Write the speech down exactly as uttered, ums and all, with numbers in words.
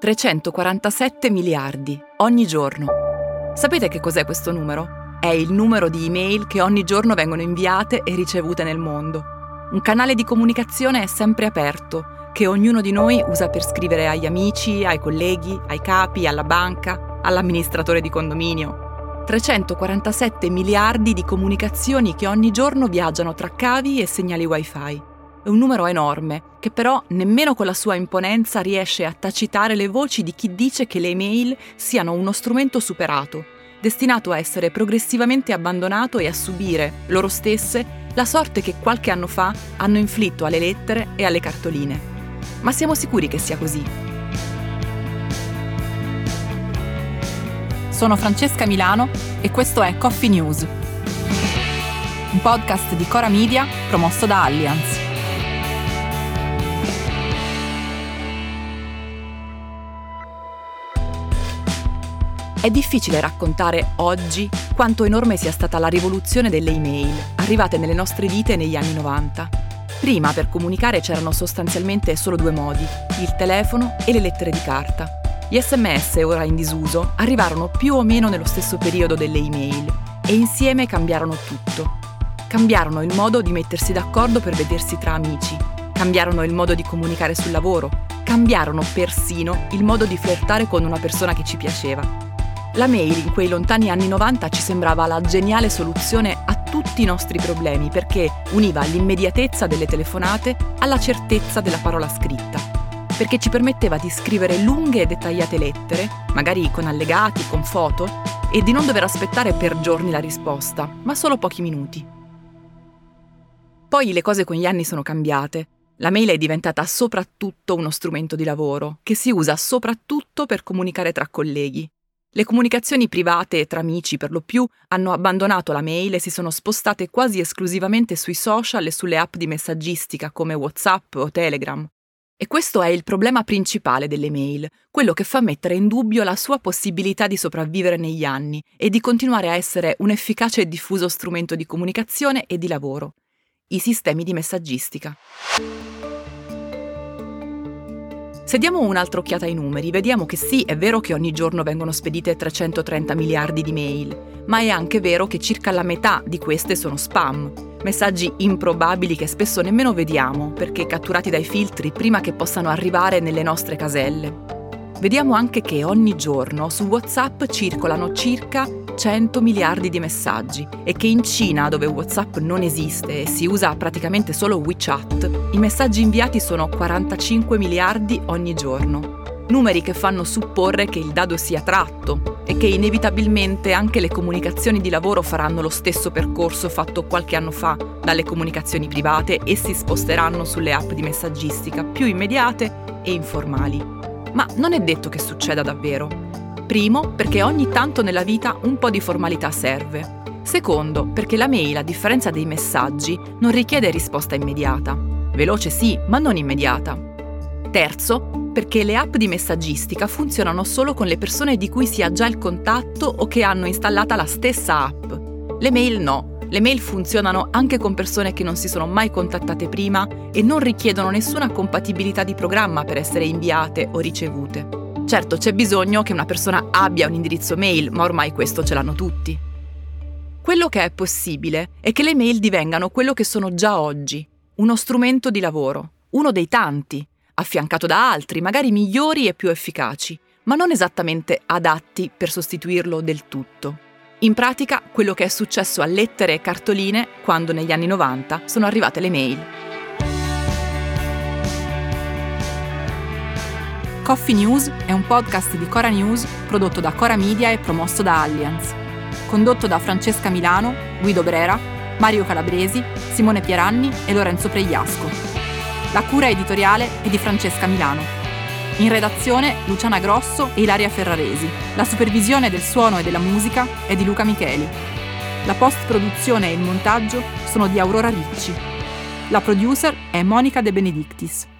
trecentoquarantasette miliardi, ogni giorno. Sapete che cos'è questo numero? È il numero di email che ogni giorno vengono inviate e ricevute nel mondo. Un canale di comunicazione sempre aperto, che ognuno di noi usa per scrivere agli amici, ai colleghi, ai capi, alla banca, all'amministratore di condominio. trecentoquarantasette miliardi di comunicazioni che ogni giorno viaggiano tra cavi e segnali wifi. È un numero enorme, che però nemmeno con la sua imponenza riesce a tacitare le voci di chi dice che le email siano uno strumento superato, destinato a essere progressivamente abbandonato e a subire, loro stesse, la sorte che qualche anno fa hanno inflitto alle lettere e alle cartoline. Ma siamo sicuri che sia così? Sono Francesca Milano e questo è Coffee News, un podcast di Cora Media promosso da Allianz. È difficile raccontare oggi quanto enorme sia stata la rivoluzione delle email, arrivate nelle nostre vite negli anni novanta. Prima per comunicare c'erano sostanzialmente solo due modi, il telefono e le lettere di carta. Gli sms, ora in disuso, arrivarono più o meno nello stesso periodo delle email e insieme cambiarono tutto. Cambiarono il modo di mettersi d'accordo per vedersi tra amici, cambiarono il modo di comunicare sul lavoro, cambiarono persino il modo di flirtare con una persona che ci piaceva. La mail in quei lontani anni novanta ci sembrava la geniale soluzione a tutti i nostri problemi perché univa l'immediatezza delle telefonate alla certezza della parola scritta. Perché ci permetteva di scrivere lunghe e dettagliate lettere, magari con allegati, con foto, e di non dover aspettare per giorni la risposta, ma solo pochi minuti. Poi le cose con gli anni sono cambiate. La mail è diventata soprattutto uno strumento di lavoro, che si usa soprattutto per comunicare tra colleghi. Le comunicazioni private tra amici, per lo più, hanno abbandonato la mail e si sono spostate quasi esclusivamente sui social e sulle app di messaggistica come WhatsApp o Telegram. E questo è il problema principale delle mail, quello che fa mettere in dubbio la sua possibilità di sopravvivere negli anni e di continuare a essere un efficace e diffuso strumento di comunicazione e di lavoro: i sistemi di messaggistica. Se diamo un'altra occhiata ai numeri, vediamo che sì, è vero che ogni giorno vengono spedite trecentotrenta miliardi di mail, ma è anche vero che circa la metà di queste sono spam, messaggi improbabili che spesso nemmeno vediamo, perché catturati dai filtri prima che possano arrivare nelle nostre caselle. Vediamo anche che ogni giorno su WhatsApp circolano circa cento miliardi di messaggi e che in Cina, dove WhatsApp non esiste e si usa praticamente solo WeChat, i messaggi inviati sono quarantacinque miliardi ogni giorno. Numeri che fanno supporre che il dado sia tratto e che inevitabilmente anche le comunicazioni di lavoro faranno lo stesso percorso fatto qualche anno fa dalle comunicazioni private e si sposteranno sulle app di messaggistica più immediate e informali. Ma non è detto che succeda davvero. Primo, perché ogni tanto nella vita un po' di formalità serve. Secondo, perché la mail, a differenza dei messaggi, non richiede risposta immediata. Veloce sì, ma non immediata. Terzo, perché le app di messaggistica funzionano solo con le persone di cui si ha già il contatto o che hanno installata la stessa app. Le mail no. Le mail funzionano anche con persone che non si sono mai contattate prima e non richiedono nessuna compatibilità di programma per essere inviate o ricevute. Certo, c'è bisogno che una persona abbia un indirizzo mail, ma ormai questo ce l'hanno tutti. Quello che è possibile è che le mail divengano quello che sono già oggi, uno strumento di lavoro, uno dei tanti, affiancato da altri, magari migliori e più efficaci, ma non esattamente adatti per sostituirlo del tutto. In pratica, quello che è successo a lettere e cartoline quando negli anni novanta sono arrivate le mail. Coffee News è un podcast di Cora News prodotto da Cora Media e promosso da Allianz. Condotto da Francesca Milano, Guido Brera, Mario Calabresi, Simone Pieranni e Lorenzo Pregliasco. La cura editoriale è di Francesca Milano. In redazione Luciana Grosso e Ilaria Ferraresi. La supervisione del suono e della musica è di Luca Micheli. La post-produzione e il montaggio sono di Aurora Ricci. La producer è Monica De Benedictis.